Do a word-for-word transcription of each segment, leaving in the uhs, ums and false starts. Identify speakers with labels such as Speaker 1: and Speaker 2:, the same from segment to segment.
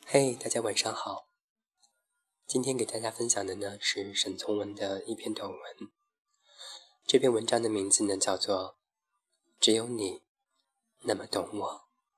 Speaker 1: 嘿，大家晚上好。今天给大家分享的呢是沈从文的一篇短文。这篇文章的名字呢叫做《只有你那么懂我》。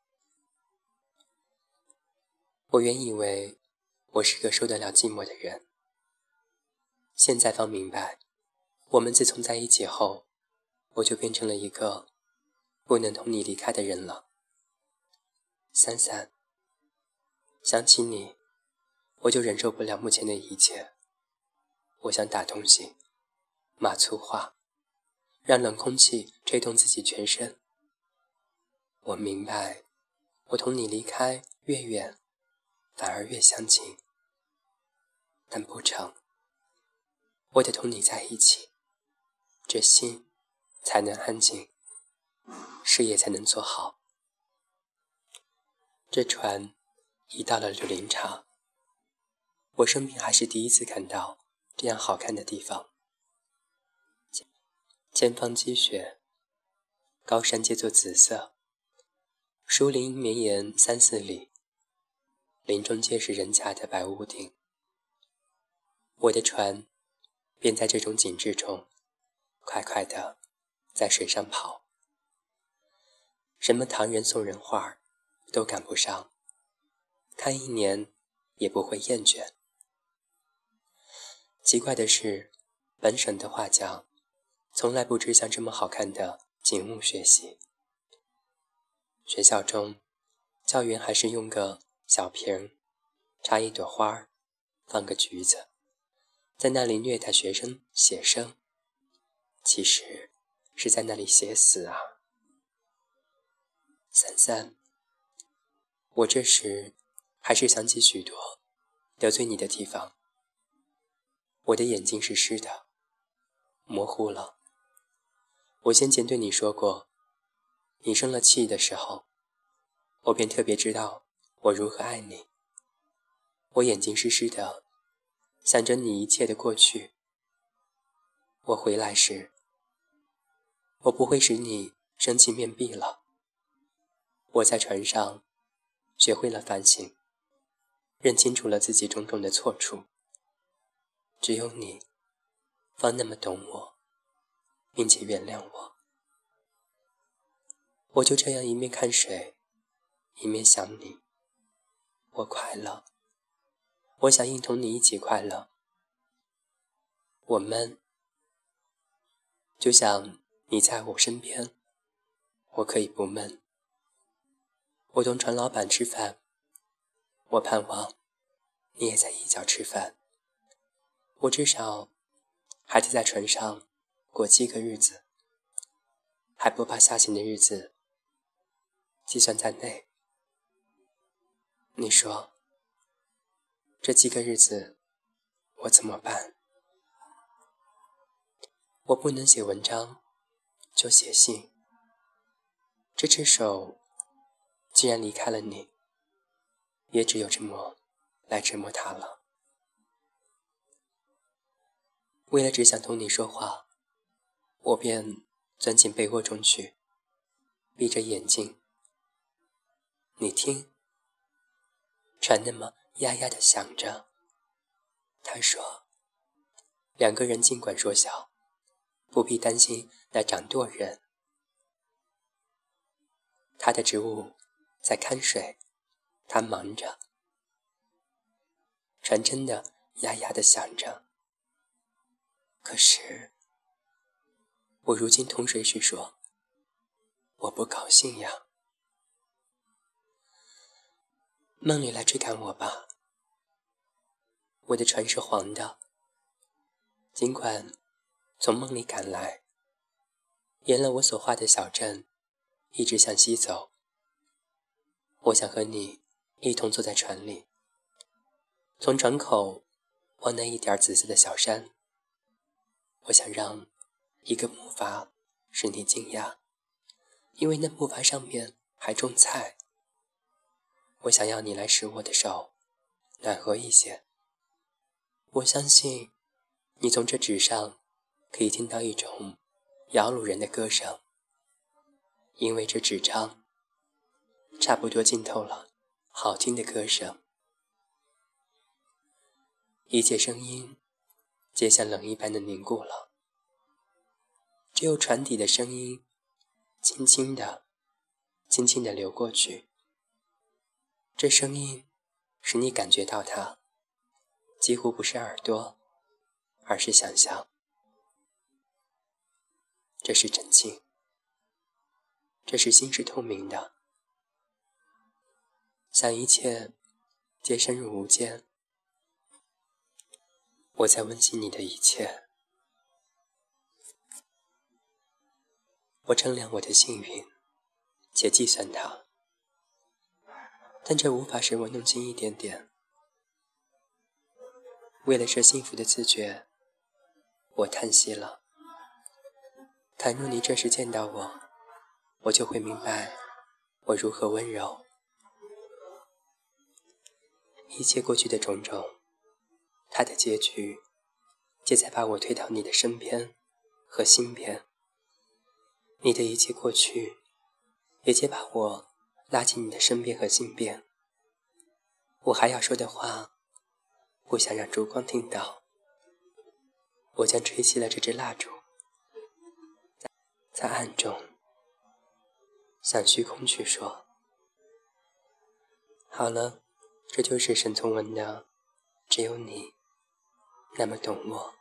Speaker 1: 我原以为我是个受得了寂寞的人，现在方明白，我们自从在一起后，我就变成了一个不能同你离开的人了。三三，想起你，我就忍受不了目前的一切。我想打东西，骂粗话，让冷空气吹动自己全身。我明白，我同你离开越远，反而越相近。但不成，我得同你在一起，这心才能安静，事业才能做好。这船已到了柳林岔，我生平还是第一次看到这样好看的地方。前方积雪，高山皆作紫色，树林绵延三四里，林中皆是人家的白屋顶。我的船便在这种景致中快快地在水上跑，什么唐人宋人画都赶不上，看一年也不会厌倦。奇怪的是，本省的画匠从来不知向这么好看的景物学习。学校中，教员还是用个小瓶插一朵花，放个橘子，在那里虐待学生写生，其实是在那里写死啊。三三，我这时还是想起许多得罪你的地方。我的眼睛是湿的，模糊了。我先前对你说过，你生了气的时候，我便特别知道我如何爱你。我眼睛湿湿的，想着你一切的过去。我回来时，我不会使你生气面壁了。我在船上学会了反省，认清楚了自己种种的错处。只有你方那么懂我，并且原谅我。我就这样一面看水，一面想你。我快乐，我想应同你一起快乐。我闷，就像你在我身边，我可以不闷。我同船老板吃饭，我盼望你也在一角吃饭。我至少还得在船上过七个日子，还不把下行的日子计算在内。你说，这七个日子我怎么办？我不能写文章，就写信。这只手既然离开了你，也只有这么来折磨它了。为了只想同你说话，我便钻进被窝中去，闭着眼睛。你听，船那么呀呀地响着。他说，两个人尽管说小，不必担心那掌舵人。他的职务在看水，他忙着。船真的呀呀地响着。可是，我如今同谁去说？我不高兴呀。梦里来追赶我吧。我的船是黄的，尽管从梦里赶来，沿了我所画的小镇，一直向西走。我想和你一同坐在船里，从船口望那一点紫色的小山。我想让一个木筏使你惊讶，因为那木筏上面还种菜。我想要你来使我的手暖和一些。我相信你从这纸上可以听到一种摇橹人的歌声，因为这纸张差不多浸透了好听的歌声。 一切声音皆像冷一般的凝固了，只有船底的声音轻轻地轻轻地流过去。这声音使你感觉到它几乎不是耳朵，而是想象。这是真情，这是心是透明的，想一切皆深入无间。我在温习你的一切，我称量我的幸运，且计算它，但这无法使我弄清一点点。为了这幸福的自觉，我叹息了。倘若你这时见到我，我就会明白我如何温柔。一切过去的种种，它的结局皆在把我推到你的身边和心边。你的一切过去也皆把我拉进你的身边和心边。我还要说的话不想让烛光听到，我将吹熄了这支蜡烛，在暗中向虚空去说。好了，这就是沈从文的只有你那么懂我，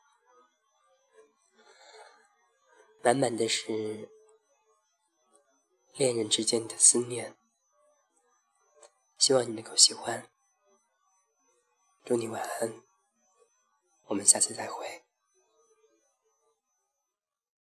Speaker 1: 满满的是恋人之间的思念，希望你能够喜欢。祝你晚安，我们下次再会。